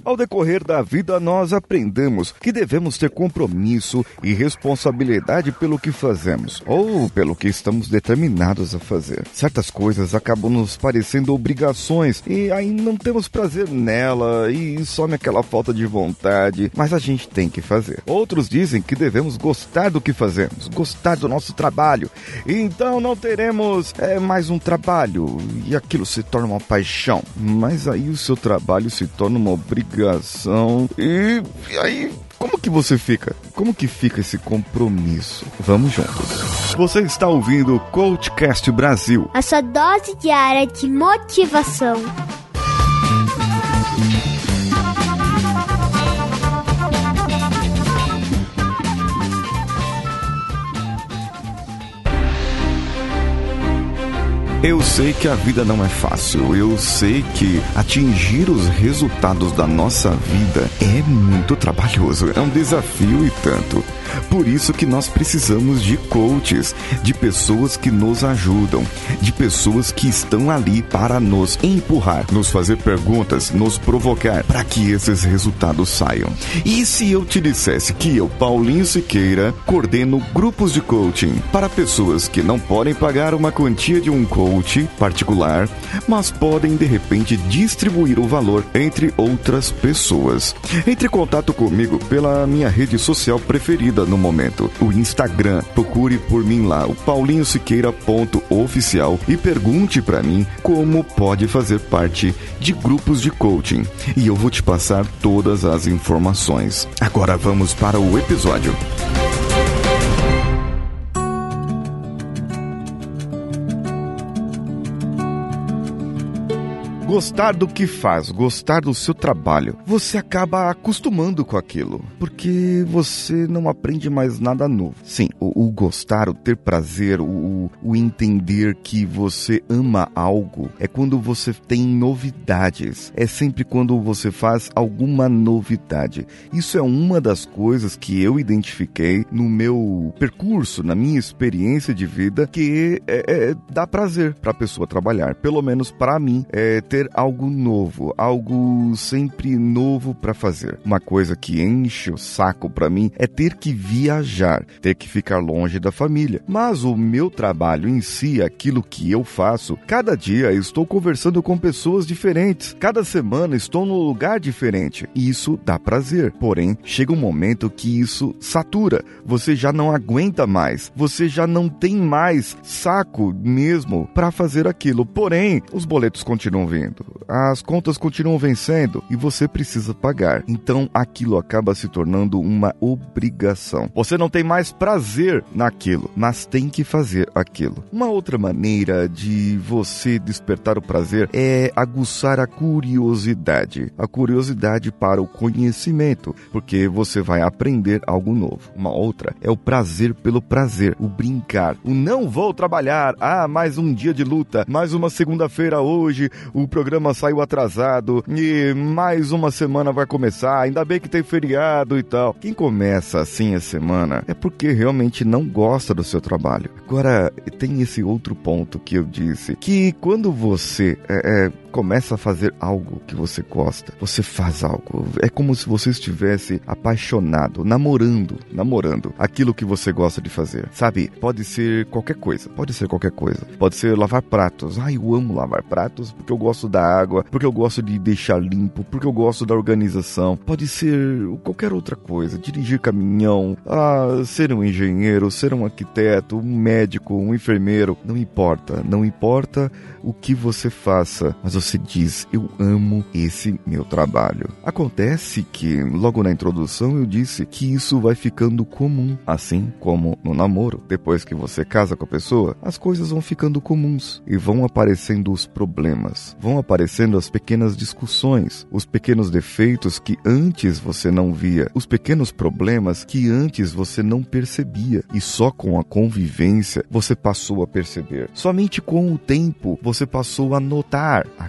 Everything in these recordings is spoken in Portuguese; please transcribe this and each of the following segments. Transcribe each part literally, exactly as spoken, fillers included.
Ao decorrer da vida, nós aprendemos que devemos ter compromisso e responsabilidade pelo que fazemos, ou pelo que estamos determinados a fazer. Certas coisas acabam nos parecendo obrigações e aí não temos prazer nela e some aquela falta de vontade, mas a gente tem que fazer. Outros dizem que devemos gostar do que fazemos, gostar do nosso trabalho, e então não teremos é, mais um trabalho e aquilo se torna uma paixão, mas aí o seu trabalho se torna uma obrigação e, e aí como que você fica? Como que fica esse compromisso? Vamos juntos. Você está ouvindo o Coachcast Brasil, a sua dose diária de motivação. Eu sei que a vida não é fácil, eu sei que atingir os resultados da nossa vida é muito trabalhoso, é um desafio e tanto. Por isso que nós precisamos de coaches, de pessoas que nos ajudam, de pessoas que estão ali para nos empurrar, nos fazer perguntas, nos provocar para que esses resultados saiam. E se eu te dissesse que eu, Paulinho Siqueira, coordeno grupos de coaching para pessoas que não podem pagar uma quantia de um coach particular, mas podem de repente distribuir o valor entre outras pessoas. Entre em contato comigo pela minha rede social preferida no momento, o Instagram. Procure por mim lá, o paulinho siqueira ponto oficial, e pergunte para mim como pode fazer parte de grupos de coaching. E eu vou te passar todas as informações. Agora vamos para o episódio. Gostar do que faz, gostar do seu trabalho, você acaba acostumando com aquilo, porque você não aprende mais nada novo. Sim, o, o gostar, o ter prazer, o, o entender que você ama algo, é quando você tem novidades, é sempre quando você faz alguma novidade. Isso é uma das coisas que eu identifiquei no meu percurso, na minha experiência de vida, que é, é, dá prazer para a pessoa trabalhar, pelo menos para mim, é ter algo novo, algo sempre novo para fazer. Uma coisa que enche o saco para mim é ter que viajar, ter que ficar longe da família. Mas o meu trabalho em si, aquilo que eu faço, cada dia estou conversando com pessoas diferentes, cada semana estou num lugar diferente. E isso dá prazer. Porém, chega um momento que isso satura. Você já não aguenta mais. Você já não tem mais saco mesmo para fazer aquilo. Porém, os boletos continuam vindo. As contas continuam vencendo e você precisa pagar. Então aquilo acaba se tornando uma obrigação. Você não tem mais prazer naquilo, mas tem que fazer aquilo. Uma outra maneira de você despertar o prazer é aguçar a curiosidade. A curiosidade para o conhecimento, porque você vai aprender algo novo. Uma outra é o prazer pelo prazer, o brincar. O não vou trabalhar, ah, mais um dia de luta, mais uma segunda-feira hoje, o programa saiu atrasado e mais uma semana vai começar, ainda bem que tem feriado e tal. Quem começa assim a semana é porque realmente não gosta do seu trabalho. Agora, tem esse outro ponto que eu disse, que quando você é, é, começa a fazer algo que você gosta, você faz algo, é como se você estivesse apaixonado, namorando, namorando aquilo que você gosta de fazer, sabe? Pode ser qualquer coisa, pode ser qualquer coisa, pode ser lavar pratos. Ai, eu amo lavar pratos porque eu gosto da água, porque eu gosto de deixar limpo, porque eu gosto da organização. Pode ser qualquer outra coisa, dirigir caminhão, ah, ser um engenheiro, ser um arquiteto, um médico, um enfermeiro, não importa, não importa o que você faça, mas você diz, eu amo esse meu trabalho. Acontece que, logo na introdução, eu disse que isso vai ficando comum, assim como no namoro. Depois que você casa com a pessoa, as coisas vão ficando comuns e vão aparecendo os problemas, vão aparecendo as pequenas discussões, os pequenos defeitos que antes você não via, os pequenos problemas que antes você não percebia, e só com a convivência você passou a perceber. Somente com o tempo você passou a notar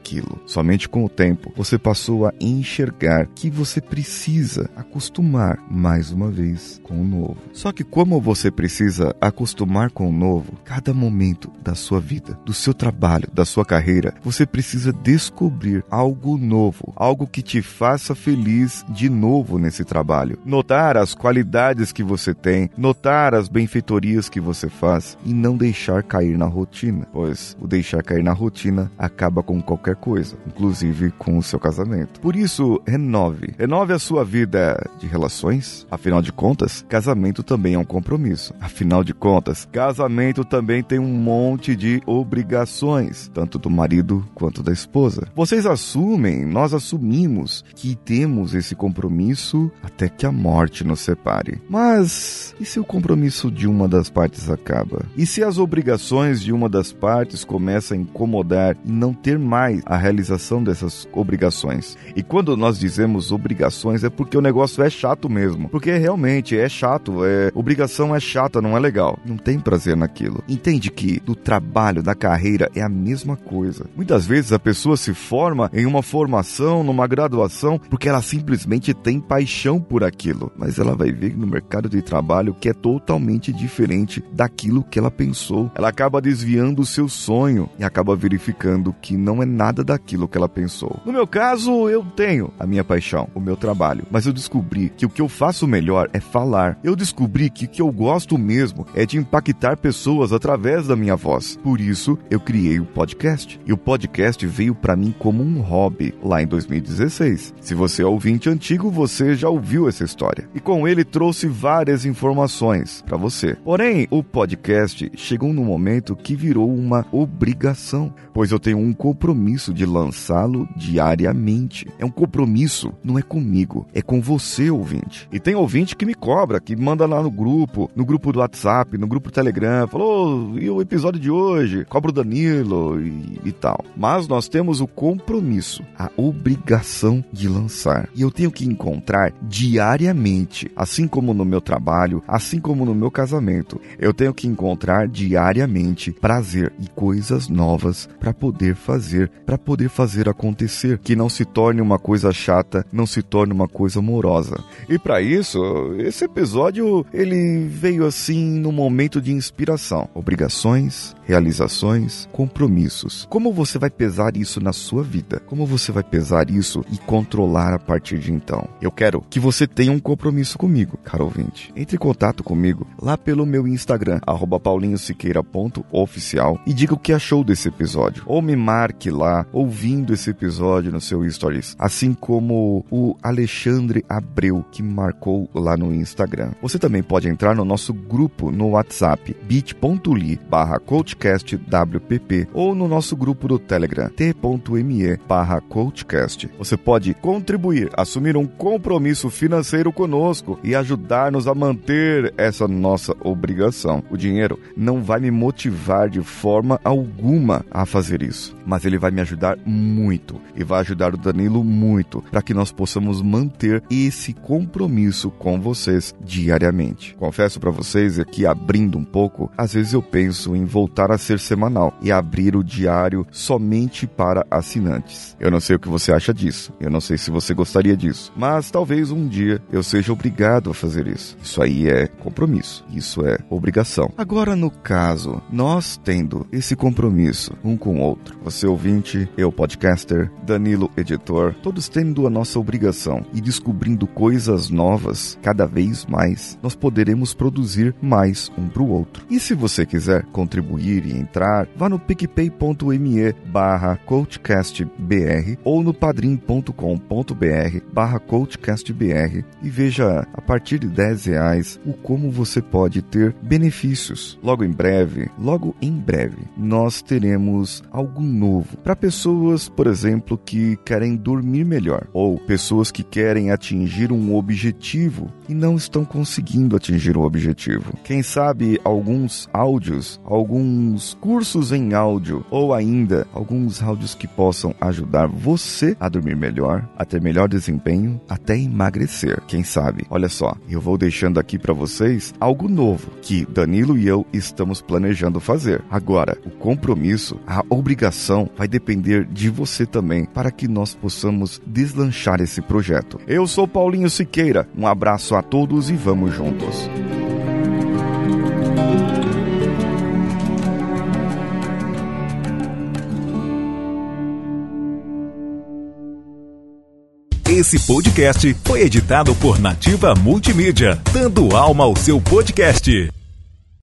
daquilo. Somente com o tempo, você passou a enxergar que você precisa acostumar mais uma vez com o novo. Só que como você precisa acostumar com o novo, cada momento da sua vida, do seu trabalho, da sua carreira, você precisa descobrir algo novo, algo que te faça feliz de novo nesse trabalho. Notar as qualidades que você tem, notar as benfeitorias que você faz e não deixar cair na rotina, pois o deixar cair na rotina acaba com qualquer coisa, inclusive com o seu casamento. Por isso, renove. Renove a sua vida de relações. Afinal de contas, casamento também é um compromisso. Afinal de contas, casamento também tem um monte de obrigações, tanto do marido quanto da esposa. Vocês assumem, nós assumimos que temos esse compromisso até que a morte nos separe. Mas e se o compromisso de uma das partes acaba? E se as obrigações de uma das partes começam a incomodar e não ter mais a realização dessas obrigações? E quando nós dizemos obrigações é porque o negócio é chato mesmo. Porque realmente é chato, é... obrigação é chata, não é legal. Não tem prazer naquilo. Entende que do trabalho, da carreira, é a mesma coisa. Muitas vezes a pessoa se forma em uma formação, numa graduação, porque ela simplesmente tem paixão por aquilo. Mas ela vai ver no mercado de trabalho que é totalmente diferente daquilo que ela pensou. Ela acaba desviando o seu sonho e acaba verificando que não é nada daquilo que ela pensou. No meu caso, eu tenho a minha paixão, o meu trabalho, mas eu descobri que o que eu faço melhor é falar. Eu descobri que o que eu gosto mesmo é de impactar pessoas através da minha voz. Por isso, eu criei o podcast. E o podcast veio para mim como um hobby lá em dois mil e dezesseis. Se você é ouvinte antigo, você já ouviu essa história. E com ele trouxe várias informações para você. Porém, o podcast chegou num momento que virou uma obrigação, pois eu tenho um compromisso de lançá-lo diariamente. É um compromisso, não é comigo, é com você, ouvinte. E tem ouvinte que me cobra, que manda lá no grupo, no grupo do WhatsApp, no grupo do Telegram, falou, oh, e o episódio de hoje? Cobra o Danilo e, e tal. Mas nós temos o compromisso, a obrigação de lançar. E eu tenho que encontrar diariamente, assim como no meu trabalho, assim como no meu casamento, eu tenho que encontrar diariamente prazer e coisas novas para poder fazer, para poder fazer acontecer, que não se torne uma coisa chata, não se torne uma coisa morosa. E para isso, esse episódio, ele veio assim no momento de inspiração. Obrigações, realizações, compromissos. Como você vai pesar isso na sua vida? Como você vai pesar isso e controlar a partir de então? Eu quero que você tenha um compromisso comigo, caro ouvinte. Entre em contato comigo lá pelo meu Instagram, arroba paulinho siqueira ponto oficial, e diga o que achou desse episódio. Ou me marque lá, ouvindo esse episódio no seu Stories, assim como o Alexandre Abreu, que me marcou lá no Instagram. Você também pode entrar no nosso grupo no WhatsApp, bit.ly barra coachcastwpp, ou no nosso grupo do Telegram, t.me barra coachcast. Você pode contribuir, assumir um compromisso financeiro conosco e ajudar-nos a manter essa nossa obrigação. O dinheiro não vai me motivar de forma alguma a fazer isso, mas ele vai me ajudar muito e vai ajudar o Danilo muito para que nós possamos manter esse compromisso com vocês diariamente. Confesso para vocês aqui, abrindo um pouco, às vezes eu penso em voltar a ser semanal e abrir o diário somente para assinantes. Eu não sei o que você acha disso, eu não sei se você gostaria disso, mas talvez um dia eu seja obrigado a fazer isso. Isso aí é compromisso, isso é obrigação. Agora, no caso, nós tendo esse compromisso um com o outro, você ouvinte, eu podcaster, Danilo editor, todos tendo a nossa obrigação e descobrindo coisas novas cada vez mais, nós poderemos produzir mais um para o outro. E se você quiser contribuir e entrar, vá no picpay.me barra coachcastbr ou no padrim.com.br barra coachcastbr e veja a partir de dez reais o como você pode ter benefícios. Logo em breve, logo em breve, nós teremos algo novo para pessoas, por exemplo, que querem dormir melhor ou pessoas que querem atingir um objetivo e não estão conseguindo atingir o objetivo. Quem sabe alguns áudios, alguns alguns cursos em áudio ou ainda alguns áudios que possam ajudar você a dormir melhor, a ter melhor desempenho, até emagrecer, quem sabe. Olha só, eu vou deixando aqui para vocês algo novo que Danilo e eu estamos planejando fazer. Agora, o compromisso, a obrigação vai depender de você também para que nós possamos deslanchar esse projeto. Eu sou Paulinho Siqueira, um abraço a todos e vamos juntos. Esse podcast foi editado por Nativa Multimídia, dando alma ao seu podcast.